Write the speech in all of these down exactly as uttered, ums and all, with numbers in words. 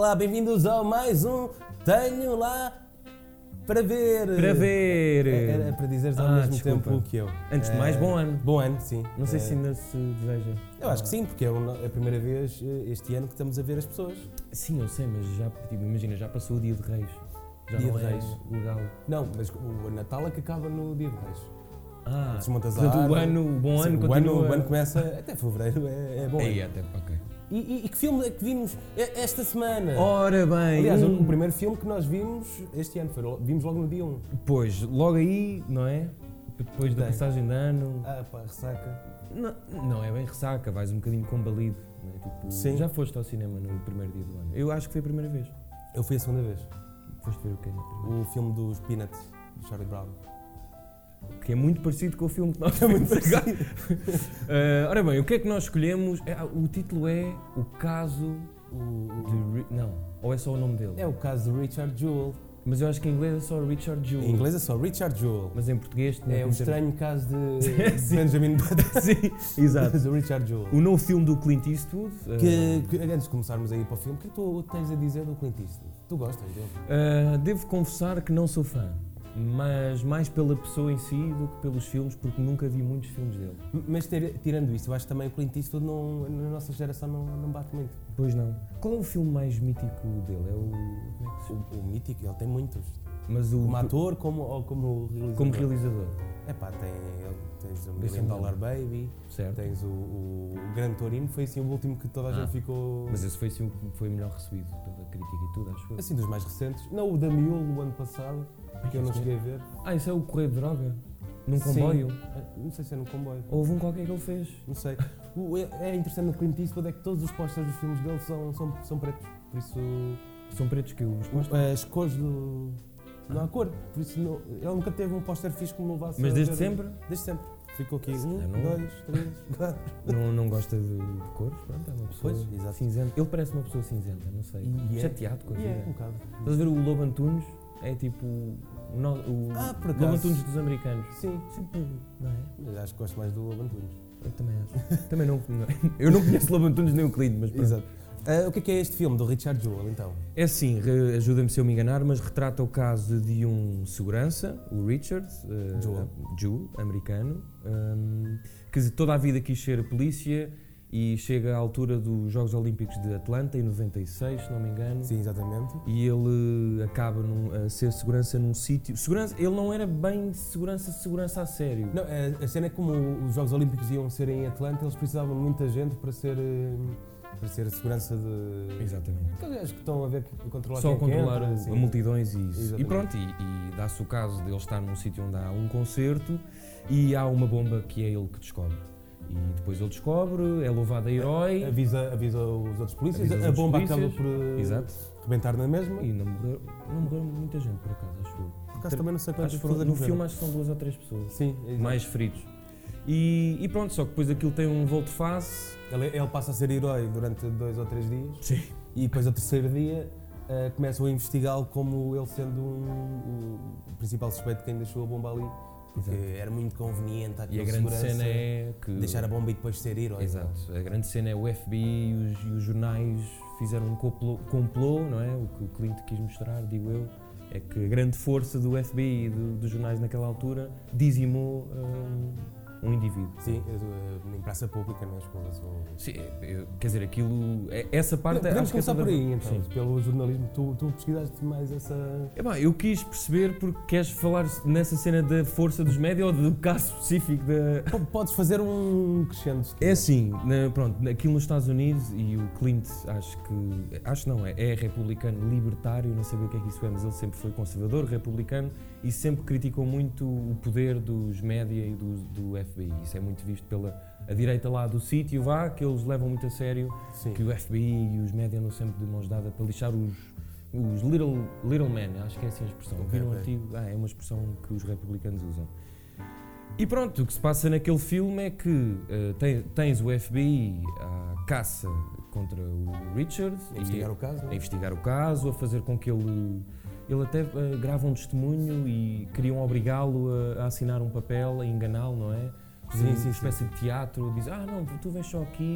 Olá, bem-vindos ao mais um Tenho Lá para Ver. Para ver. Era é, é para dizeres ao ah, mesmo desculpa. tempo que eu. Antes de mais, é, bom ano. Bom ano, sim. Não sei é, se ainda se deseja. Eu acho que sim, porque é a primeira vez este ano que estamos a ver as pessoas. Sim, eu sei, mas já, tipo, imagina, já passou o dia de Reis. Já Dia não de é Reis. legal. Não, mas o Natal é que acaba no dia de Reis. Ah, Desmontas a portanto, o árvore. ano, o bom Sim, ano o continua. ano, o ano começa até fevereiro, é, é bom. Aí, ano. até, ok. E, e, e que filme é que vimos esta semana? Ora bem. Aliás, um... o primeiro filme que nós vimos este ano, foi, vimos logo no dia um. Pois, logo aí, não é? Depois da Tem. passagem de ano. Ah pá, ressaca. Não, não é bem ressaca, vais um bocadinho combalido. Não é? Tipo, Sim. Já foste ao cinema no primeiro dia do ano? Eu acho que foi a primeira vez. Eu fui a segunda vez. Foste ver o quê? na primeira? O filme dos Peanuts, do Charlie Brown. Que é muito parecido com o filme que nós É muito vimos agora. parecido. Uh, ora bem, o que é que nós escolhemos? É, o título é O Caso O, de... Ri- Não, ou é só o nome dele? é o caso de Richard Jewell. Mas eu acho que em inglês é só Richard Jewell. Em inglês é só Richard Jewell. Mas em português... tinha É que o meter- estranho caso de Sim. Benjamin Button. Sim, exato. do Richard Jewell. O novo filme do Clint Eastwood. uh, Que, que, antes de começarmos a ir para o filme, o que é que tu tens a dizer do Clint Eastwood? Tu gostas dele? uh, devo confessar que não sou fã. Mas mais pela pessoa em si do que pelos filmes, porque nunca vi muitos filmes dele. Mas ter- tirando isso, eu acho que também o Clint Eastwood não, na nossa geração não, não bate muito. Pois não. Qual é o filme mais mítico dele? É o... Como é que se chama? O, o mítico, ele tem muitos. Mas o... Como ator como, ou como realizador. Como realizador, É pá, tem, ele- tens o Esse Million é Dollar bom. Baby, certo? tens o, o, o Gran Torino, foi assim o último que toda a Ah, gente ficou... Mas esse foi assim o que foi melhor recebido pela crítica e tudo, acho eu. Assim, dos mais recentes. Não, o da Miolo, do ano passado, que eu não Sim. cheguei a ver. Ah, isso é o Correio de Droga? Num Sim. comboio? Ah, Não sei se é no comboio, Houve um qualquer que ele fez. não sei. O, é, é interessante no Clint Eastwood é que todos os posters dos filmes dele são, são, são pretos, por isso... São pretos que os o- As cores do... Não há cor, por isso não, ele nunca teve um póster fixe que me levasse Mas a desde ver- sempre? Desde sempre. Ficou aqui Se um, calhar não. dois, três, quatro. Não, não gosta de, de cores? Pronto, é uma pessoa Pois, exato. cinzenta. Ele parece uma pessoa cinzenta, não sei. E é. Chateado com a E vida. é, um bocado. Estás a ver o Lobo Antunes? É tipo o, no- o Ah, por Lobo acaso. Antunes dos americanos. Sim, Sempre, não é? mas acho que gosto mais do Lobo Antunes. Eu também acho. também não, não- eu não conheço Lobo Antunes nem o Clint, mas pronto. Exato. Ah, o que é que é este filme do Richard Jewell, então? É assim, re- ajuda-me se eu me enganar, mas retrata o caso de um segurança, o Richard, uh, Jewell. Jew, americano, um, que toda a vida quis ser polícia e chega à altura dos Jogos Olímpicos de Atlanta, em noventa e seis, se não me engano, Sim, exatamente. e ele acaba num- a ser segurança num sítio... Segurança, ele não era bem segurança, segurança a sério. Não, a, a cena é que como os Jogos Olímpicos iam ser em Atlanta, eles precisavam de muita gente para ser, eh, para ser a segurança de... Exatamente. Aqueles gajos que estão a ver, que controlar Só quem é que controlar entra, o- assim. a multidões e isso. Exatamente. E pronto, e, e dá-se o caso de ele estar num sítio onde há um concerto e há uma bomba que é ele que descobre. E depois ele descobre, é louvado a herói. Avisa, avisa os outros polícias, Avisa os a outros bomba polícias. acaba por eh, Exato. rebentar na mesma. E não morreu, não morreu muita gente, por acaso, acho eu. Por acaso também não sei Acho quantas que foram- pessoas no morreram. filme acho que são duas ou três pessoas. Sim, exato. Mais feridos. E, e pronto, só que depois aquilo tem um volte-face. Ele, ele passa a ser herói durante dois ou três dias. Sim. E depois, ao terceiro dia, eh, começam a investigá-lo como ele sendo um, o principal suspeito de quem deixou a bomba ali. Porque Exato. era muito conveniente E àquele a grande segurança cena é que... deixar a bomba e depois ser herói. Exato. A grande cena é o F B I e os, e os jornais fizeram um complô, complô, não é? O que o Clint quis mostrar, digo eu, é que a grande força do F B I e do- dos jornais naquela altura dizimou um, um indivíduo. Sim, eh, em praça pública, não é? Escolas ou... Sim, eu- quer dizer, aquilo... é- Essa parte... Podemos acho que é começar toda- por aí, então. Sim. Pelo jornalismo, tu, tu pesquisaste mais essa... É bem, eu quis perceber porque queres falar nessa cena da força dos médias ou do caso específico da... P- Podes fazer um crescendo. se É quiser. assim, na, pronto, aquilo nos Estados Unidos e o Clint acho que, acho não, é, é republicano libertário, não sei bem o que é que isso é, mas ele sempre foi conservador, republicano e sempre criticou muito o poder dos média e do, do F B I. Isso é muito visto pela a direita lá do sítio, vá, que eles levam muito a sério, Sim. que o F B I e os média andam sempre de mãos dadas para lixar os, os little, little men, acho que é assim a expressão. Ok, Vi no ok. artigo, ah, é uma expressão que os republicanos usam. E pronto, o que se passa naquele filme é que eh, tem- tens o F B I à caça contra o Richard A investigar e o caso, não a é? investigar o caso, a fazer com que ele... Ele até eh, grava um testemunho e queriam obrigá-lo a, a assinar um papel, a enganá-lo, não é? Sim, Uma sim, sim. espécie de teatro, diz, ah não, tu vens só aqui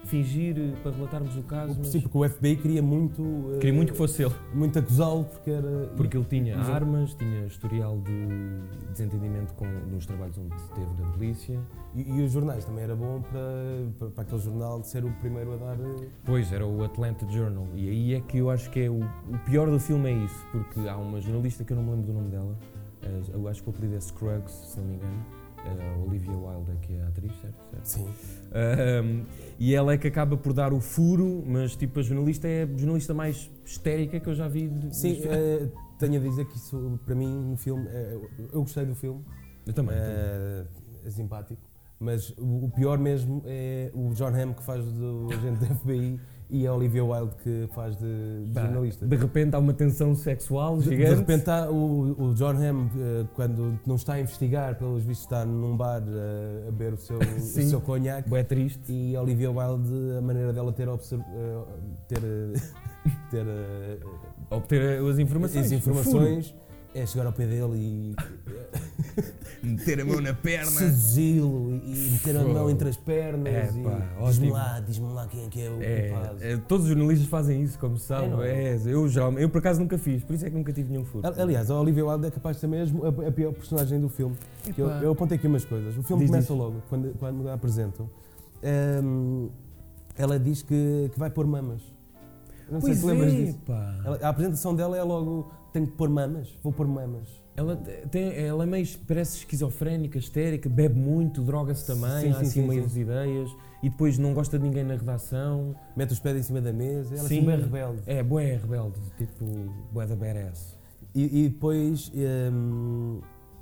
fingir eh, para relatarmos o caso. O, Mas sim, porque o F B I queria muito. uh, queria muito que fosse ele. Muito acusá-lo, porque era. Porque ele tinha Exato. armas, tinha historial de desentendimento com, nos trabalhos onde esteve da polícia. E, e os jornais também era bom para, para, para aquele jornal ser o primeiro a dar. uh, Pois, era o Atlanta Journal. E aí é que eu acho que é o, o pior do filme é isso, porque há uma jornalista que eu não me lembro do nome dela, eh, eu acho que o apelido é Scruggs, se não me engano, a Olivia Wilde, que é a atriz, certo? certo? Sim. Um, e ela é que acaba por dar o furo, mas tipo a jornalista é a jornalista mais histérica que eu já vi. De, Sim, dos- uh, tenho a dizer que isso, para mim, no filme, uh, eu gostei do filme. Eu também. Uh, é simpático. Mas o, o pior mesmo é o John Hamm, que faz do agente da F B I, e a Olivia Wilde, que faz de, de Pá, jornalista. de repente há uma tensão sexual De, gigante. de repente há o, o John Hamm, uh, quando não está a investigar, pelos vistos está num bar uh, a beber o seu, o Sim. seu conhaque, É triste. e a Olivia Wilde, a maneira dela ter, observ, uh, ter, uh, ter uh, Obter as informações. as o informações é chegar ao pé dele e furo. Meter a mão na perna. seduzi-lo e, e meter a mão Fogo. entre as pernas É, e pá, diz-me ótimo. lá, diz-me lá quem é que é o É, culpado. é, todos os jornalistas fazem isso, como se sabe. É, não é? É, eu, geralmente- eu por acaso nunca fiz, por isso é que nunca tive nenhum furo. A- Aliás, a Olivia Wilde é capaz de ser mesmo a, a pior personagem do filme. Que eu, Epá. eu apontei aqui umas coisas. O filme Diz, começa diz. logo, quando, quando a apresentam. Ehm, ela diz que, que vai pôr mamas. Não sei Pois se lembras é, disso. pá. Ela- a apresentação dela é logo: tenho que pôr mamas, vou pôr mamas. Ela, tem, ela é meio, parece esquizofrénica, histérica, bebe muito, droga-se também, Sim, há sim, assim sim, meias sim. ideias e depois não gosta de ninguém na redação. Mete os pés em cima da mesa, ela é Sim. assim bem rebelde. É, bué rebelde, tipo, bué da badass. E, e depois ehm,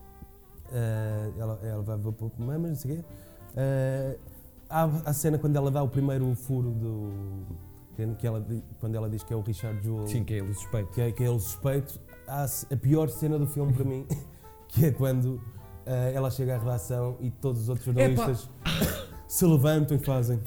eh, ela, ela vai vou pôr mamas, não sei o quê. Eh, há a cena quando ela dá o primeiro furo do. Que ela, di- quando ela diz que é o Richard Jewell, Sim, que é ele suspeito. que é, que é ele suspeito. Há a pior cena do filme para mim, que é quando eh, ela chega à redação e todos os outros jornalistas se levantam e fazem.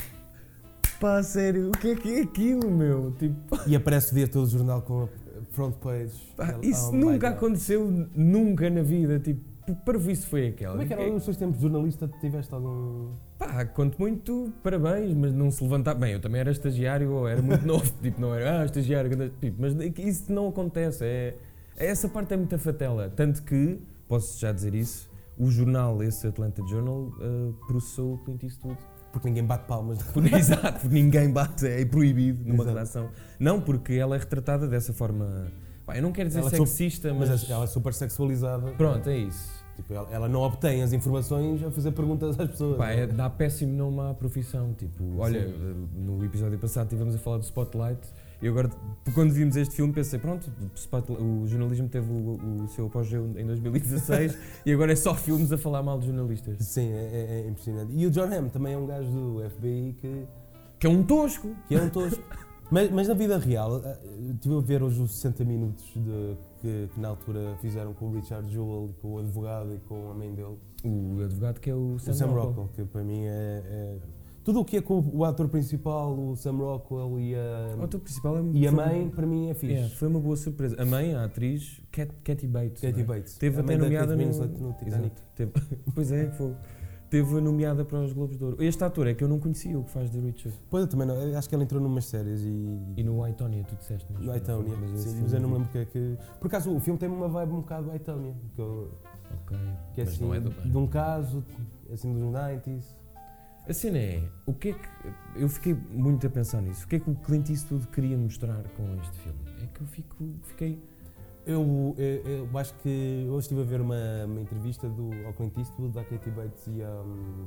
Pá, sério, o que é que é aquilo, meu? Tipo, E aparece o dia todo o jornal com a front page. pá, Ela, isso oh my nunca God. aconteceu, nunca na vida. Tipo, para isso foi aquela. Como é que eram os teus tempos de jornalista? Tiveste algum. Pá, quanto muito, parabéns, mas não se levantar. Bem, eu também era estagiário, ou era muito novo, tipo, não era, ah, estagiário, grande- tipo, mas isso não acontece. É, essa parte é muita fatela. Tanto que, posso já dizer isso, o jornal, esse Atlanta Journal, uh, processou o Clint Eastwood. Porque ninguém bate palmas. Por, exato, porque ninguém bate, é proibido numa Exato. redação. Não, porque ela é retratada dessa forma. Pá, eu não quero dizer Ela é sexista, mas. Mas ela é super sexualizada. Pronto, é isso. Tipo, ela, ela não obtém as informações a fazer perguntas às pessoas. Pá, é, dá péssimo nome à profissão. Tipo, olha, Sim. no episódio passado estivemos a falar do Spotlight e agora, quando vimos este filme, pensei: pronto, o, Spotlight, o jornalismo teve o, o seu apogeu em dois mil e dezasseis e agora é só filmes a falar mal de jornalistas. Sim, é, é- é impressionante. E o John Hamm também é um gajo do F B I que, Que é um tosco. que é um tosco. mas, mas na vida real, eh, estive a ver hoje os sessenta minutos de, que, que na altura fizeram com o Richard Jewell, com o advogado e com a mãe dele. O advogado que é o Sam, o Sam Rockwell. Rockwell, que para mim é, é- tudo o que é com o ator principal, o Sam Rockwell e O a, ator principal é e a foi- mãe, para mim é fixe. Yeah, foi uma boa surpresa. A mãe, a atriz, Cat, Katy Bates. Katy não é? Bates. Teve A até mãe da nomeada Kate no, Winslet no Titanic. Exato, teve- Pois é, foi. Teve nomeada para os Globos de Ouro. Este ator é que eu não conhecia, o que faz de Richard. Pois eu também não, eu acho que ela entrou numas séries e. E no Aitonia, tu disseste, mas No Aitonia, mas esse sim, filme mas eu não me vi. lembro que é que. Por acaso o filme tem uma vibe um bocado Aitonia, que, eu- Ok, que é mas assim, não é do de um caso, assim dos nineties. A cena é, o que é que... Eu fiquei muito a pensar nisso. O que é que o Clint Eastwood queria mostrar com este filme? É que eu fico, fiquei... Eu, eu, eu acho que hoje estive a ver uma, uma entrevista do, ao Clint Eastwood, da Katy Bates e, a,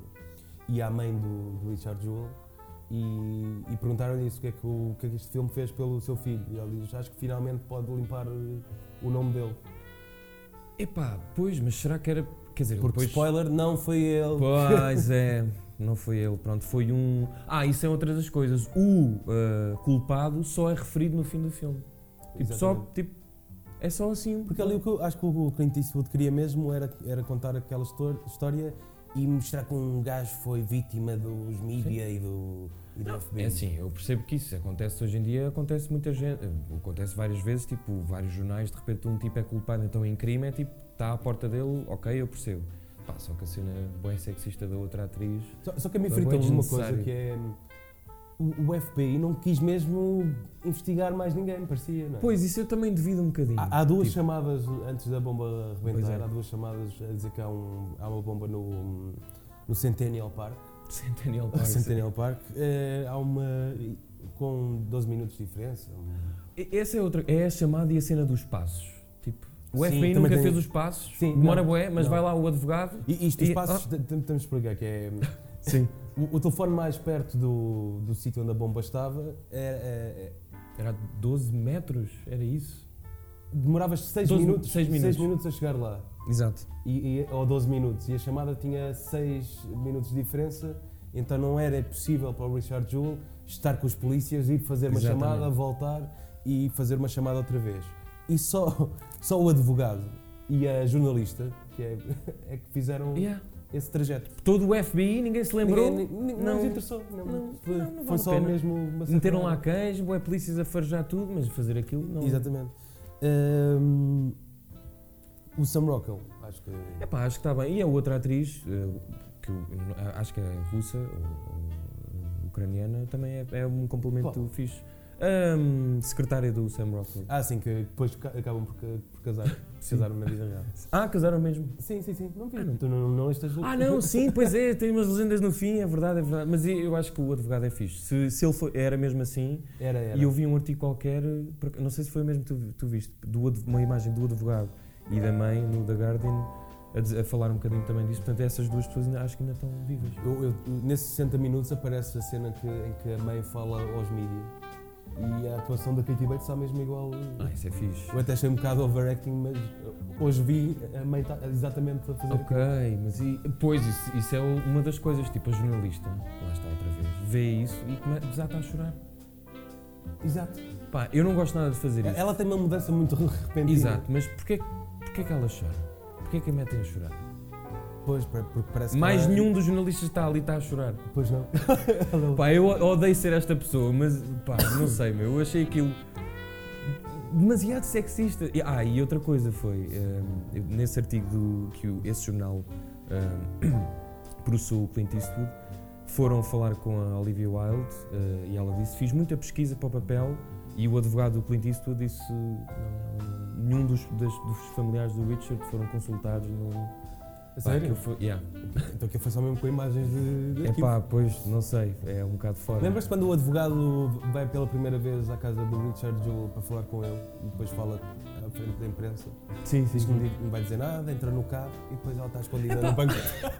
e à mãe do, do Richard Jewell e, e perguntaram-lhe isso, o que, é que o, o que é que este filme fez pelo seu filho. E ele diz, acho que finalmente pode limpar o nome dele. Epá, pois, mas será que era... Quer dizer, Porque, depois... spoiler, não foi ele. Pois é, não foi ele, pronto, foi um... Ah, isso é outra das coisas. O uh, culpado só é referido no fim do filme. Tipo, só, Exatamente. tipo, é só assim. Porque ali o que eu acho que o Clint Eastwood queria mesmo era, era contar aquela histor- história e mostrar que um gajo foi vítima dos mídia e do, e do F B I. É assim, eu percebo que isso acontece hoje em dia, acontece muita gente, acontece várias vezes, tipo, vários jornais, de repente um tipo é culpado então em crime, é tipo, está à porta dele, ok, eu percebo. Pá, só que a cena bem sexista da outra atriz... Só, só que a mim Foi frita bué uma coisa desnecessário. que é... o, o F B I não quis mesmo investigar mais ninguém, parecia, não é? Pois, isso eu também devido um bocadinho. Há, há duas tipo, chamadas antes da bomba rebentar, é. há duas chamadas a dizer que há, um, há uma bomba no, no Centennial Park. Centennial Park. Centennial Park. É, há uma com doze minutos de diferença. Essa é outra, é a chamada e a cena dos passos. Tipo, o F B I Sim, nunca também fez tem- os passos, Sim, demora não, bué, mas não. vai lá o advogado. E isto, os E- passos, t- t- temos de explicar que é. Sim. O, o telefone mais perto do, do sítio onde a bomba estava era, é- Era doze metros, era isso? demoravas seis doze minutos, seis minutos. seis minutos a chegar lá. Exato. E, e- ou doze minutos. E a chamada tinha seis minutos de diferença, então não era possível para o Richard Jewell estar com os polícias, ir fazer uma Exatamente. chamada, voltar e fazer uma chamada outra vez. E só, só o advogado e a jornalista que é, é que fizeram Yeah. esse trajeto. Todo o F B I, ninguém se lembrou. Ninguém, ninguém- não, não- nos interessou. Não, não, foi não, não foi vale só a pena. mesmo uma Meteram lá sacanagem. cães, boé polícias a farejar tudo, mas fazer aquilo não. Exatamente. Hum, o Sam Rockwell, acho que. Epá, acho que está bem. E a outra atriz, eh, que eu, eu acho que é russa ou, ou, eh, ucraniana, também é, é um complemento Qual? fixe. Ahm, secretária do Sam Rockwell. Ah, sim, que depois ca- acabam por, ca- por casar. Sim. Casaram na vida real. Ah, casaram mesmo. Sim, sim, sim. Não vi. Ah, não. Tu não, não leste as Ah, não, sim, pois é, tem umas legendas no fim, é verdade, é verdade. Mas eu, eu acho que o advogado é fixe. Se, se ele foi, era mesmo assim, Era, era. e eu vi um artigo qualquer, por- não sei se foi o mesmo que tu, tu viste, do, ad- uma imagem do advogado e da mãe no The Guardian a, dizer- a falar um bocadinho também disso. Portanto, essas duas pessoas ainda, acho que ainda estão vivas. Eu- eu- nesses sessenta minutos aparece a cena que, em que a mãe fala aos mídias e a atuação da Katie Bates está mesmo igual. Ah, isso é fixe. Eu até achei um bocado overacting, mas hoje vi a mãe tá exatamente a fazer Ok, mas e, pois isso, isso é uma das coisas, tipo a jornalista, lá está outra vez, vê isso e come- desata a chorar. aquilo. Exato. Pá, eu não gosto nada de fazer isso. Ela tem uma mudança muito repentina. Exato, mas porquê, porquê que ela chora? Porquê que a metem a chorar? Pois, porque parece que Mais ela- nenhum dos jornalistas está ali está a chorar. Pois não. Ela- Pá, eu odeio ser esta pessoa, mas pá, não sei, meu, eu achei aquilo demasiado sexista. E- Ah, e outra coisa foi, hum, eu- nesse artigo do, que o- esse jornal hum, processou o Clint Eastwood, foram falar com a Olivia Wilde eh, e ela disse, fiz muita pesquisa para o papel e o advogado do Clint Eastwood disse, não, não, nenhum dos, das- dos familiares do Richard foram consultados no... A Pá, sério? aquilo foi- yeah. Então aquilo foi só mesmo com imagens de, de É arquivo. pá, pois, não sei, é um bocado fora. Lembras-te quando o advogado vai pela primeira vez à casa do Richard Jewell para falar com ele e depois fala à frente da imprensa? Sim, sim, Diz que sim. não diz- não vai dizer nada, entra no carro e depois ela está escondida Epá. no banco.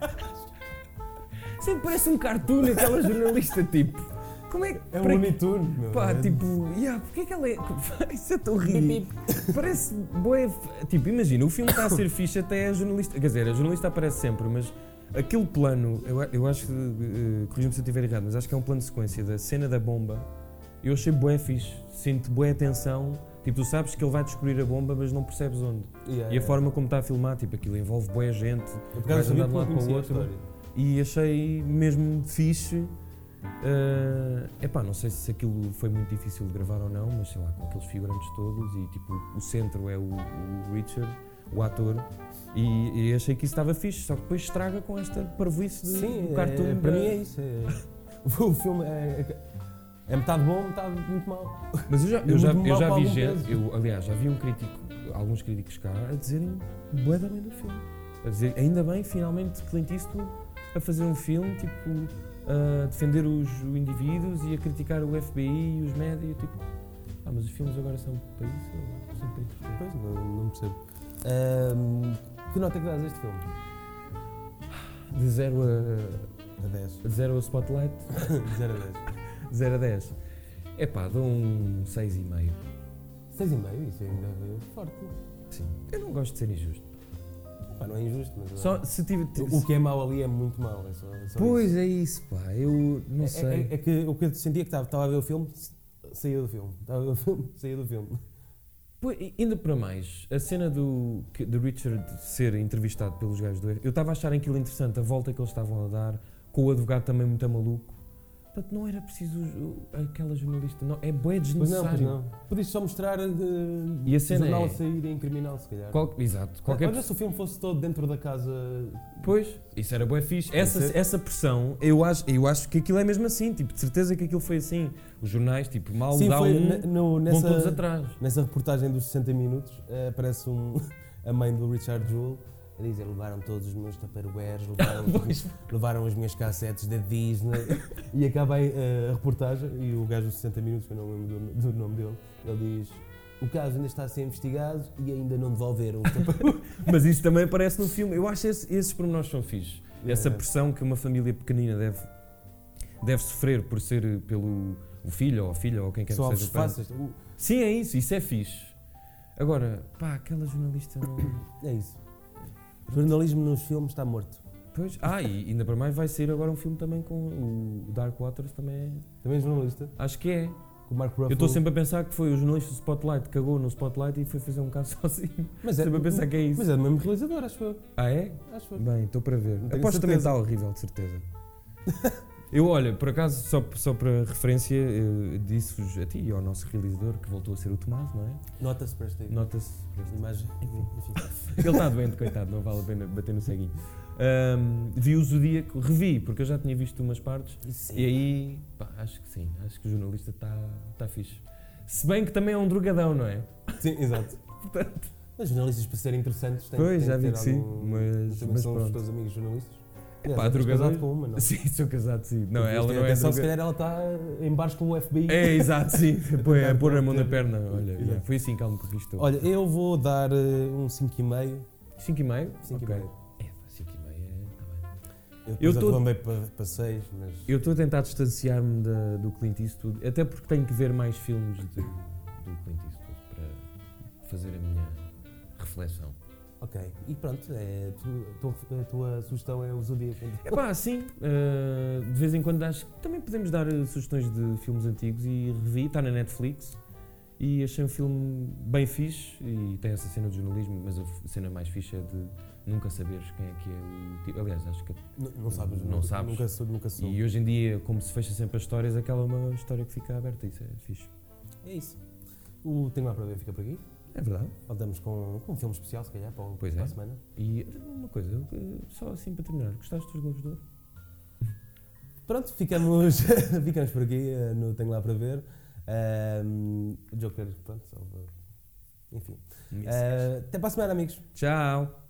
Sempre parece um cartoon aquela jornalista, tipo. Como é que. É um para- Looney Tunes, meu. Pá, É- tipo, yeah, porque é que ela é. Isso é tão ridículo. Parece. Bué, f- tipo, imagina, o filme está a ser fixe até a jornalista. Quer dizer, a jornalista aparece sempre, mas aquele plano, eu, a- eu acho que. Uh, corrija-me se eu estiver errado, mas acho que é um plano de sequência da cena da bomba. Eu achei bué fixe. Sinto bué atenção. Tipo, tu sabes que ele vai descobrir a bomba, mas não percebes onde. Yeah, E a yeah. forma como está a filmar, tipo, aquilo envolve bué gente. Eu por vais acaso sabia andar que de não um lado para o conhecia a outro. história. E achei mesmo fixe. É epá, não sei se aquilo foi muito difícil de gravar ou não, mas sei lá, com aqueles figurantes todos e tipo, o centro é o, o Richard, o ator, e, e achei que isso estava fixe, só que depois estraga com esta parvoíce de, Sim, do cartoon. é, para da- mim é isso. É, o filme é, é metade bom, metade muito mau. Mas eu já, eu Muito já, eu mal já para vi algum gente, peso. eu, aliás, já vi um crítico, alguns críticos cá a dizerem bué da bem do filme. A dizer, ainda bem, finalmente, Clint Eastwood a fazer um filme, tipo, a defender os indivíduos e a criticar o F B I e os médias, tipo, ah, mas os filmes agora são para isso ou são para entreter? Pois, não, não percebo. Ahm, que nota é que dás a este filme? De zero a, A dez. de zero a Spotlight, De zero a dez. zero a dez. É pá, dou um seis e meio. seis e meio, isso ainda é forte. Sim. Eu não gosto de ser injusto. Pá, não é injusto, mas Só se tive. o que é mau ali é muito mau. É só, é só Pois isso. é isso, pá, eu não É- sei. É, é que o que eu sentia que estava, estava a ver o filme, saía do filme. Estava a ver o filme, saía do filme. Pois, e ainda para mais, a cena do que- de Richard ser entrevistado pelos gajos do F B I, eu estava a achar aquilo interessante, a volta que eles estavam a dar, com o advogado também muito maluco, Portanto, não era preciso o- aquela jornalista. Não, é bué Pois não, pois desnecessário. não. Podias só mostrar uh, E a o cena jornal é- a sair em criminal, se calhar. Qual- exato. Qualquer Olha, se o filme fosse todo dentro da casa. Pois, isso era bué fixe. Essa, ser. essa pressão, eu acho, eu acho que aquilo é mesmo assim, tipo, de certeza que aquilo foi assim. Os jornais, tipo, mal Sim, dá foi um, ne- no- vão todos nessa, atrás. nessa reportagem dos sessenta minutos, eh, aparece um, a mãe do Richard Jewell a dizer: levaram todos os meus tupperwares, levaram, Pois. levaram as minhas cassetes da Disney. E acaba aí, eh, a reportagem e o gajo dos sessenta minutos, que eu não lembro do, do nome dele, ele diz: o caso ainda está a ser investigado e ainda não devolveram os tupperwares. Mas isso também aparece no filme. Eu acho esse, esses pormenores são fixes. Essa É. pressão que uma família pequenina deve, deve sofrer por ser pelo o filho ou a filha ou quem quer que São seja. ovos o pai. fáceis. Uh, Sim, é isso, isso é fixe. Agora, pá, aquela jornalista não. É isso. O jornalismo nos filmes está morto. Pois, ah, e ainda para mais vai sair agora um filme também com o Dark Waters, também é. Também é jornalista, Acho que é. com o Mark Ruffalo. Eu estou sempre a pensar que foi o jornalista do Spotlight, cagou no Spotlight e foi fazer um caso sozinho. Mas é, sempre a pensar que é isso. Mas é do mesmo realizador, acho eu. Ah, é? Acho eu. Bem, estou para ver. Não tenho Aposto que também certeza. está horrível, de certeza. Eu, olha, por acaso, só, só para referência, eu disse-vos a ti e ao nosso realizador que voltou a ser o Tomás, não é? Nota-se para esta Nota-se. por este- imagem. Enfim. Enfim. Ele está doente, coitado, não vale a pena bater no ceguinho. Ahm, vi o Zodíaco, revi, porque eu já tinha visto umas partes. Isso E aí, pá, acho que sim, acho que o jornalista está tá fixe. Se bem que também é um drogadão, não é? Sim, exato. Portanto, Os jornalistas, para serem interessantes, têm, Pois, têm já que vi ter que sim, algum... mas- também mas são os pronto. teus amigos jornalistas. Pá, Aliás, és drogadores- casado com uma, não? sim, sou casado, sim. Não, ela não é Atenção, se droga... calhar ela está em bares com o F B I. É, exato, sim. Põe a pôr a mão na Exato. perna. Olha, Exato. yeah, foi assim que ela me conquistou. Olha, eu vou dar eh, um cinco e meio. cinco e meio? cinco Ok. e meio. É, cinco e meio é. Tá bem. Eu, Eu eu tô- também para, para seis, mas... Eu estou a tentar distanciar-me da- do Clint Eastwood, até porque tenho que ver mais filmes de- do Clint Eastwood para fazer a minha reflexão. Ok, e pronto, é, tu, a, tua, a tua sugestão é o Zodíaco. É pá, sim. uh, de vez em quando acho que também podemos dar uh, sugestões de filmes antigos e revi, está na Netflix. E achei um filme bem fixe e tem essa cena de jornalismo, mas a f- cena mais fixe é de nunca saberes quem é que é o tipo. Aliás, acho que. Não, não sabes, Não nunca, sabes. Nunca sou, nunca sou. E hoje em dia, como se fecha sempre as histórias, aquela é uma história que fica aberta. Isso é fixe. É isso. O Tenho Lá para Ver fica por aqui. É verdade. Voltamos com, com um filme especial, se calhar, para, o- Pois para é. a semana. E uma coisa, eu- só assim para terminar, gostaste dos Globos de Ouro? Pronto, ficamos, ficamos por aqui eh, no Tenho Lá para Ver. Um, Joker, pronto, só, enfim. Eh, até para a semana, amigos. Tchau!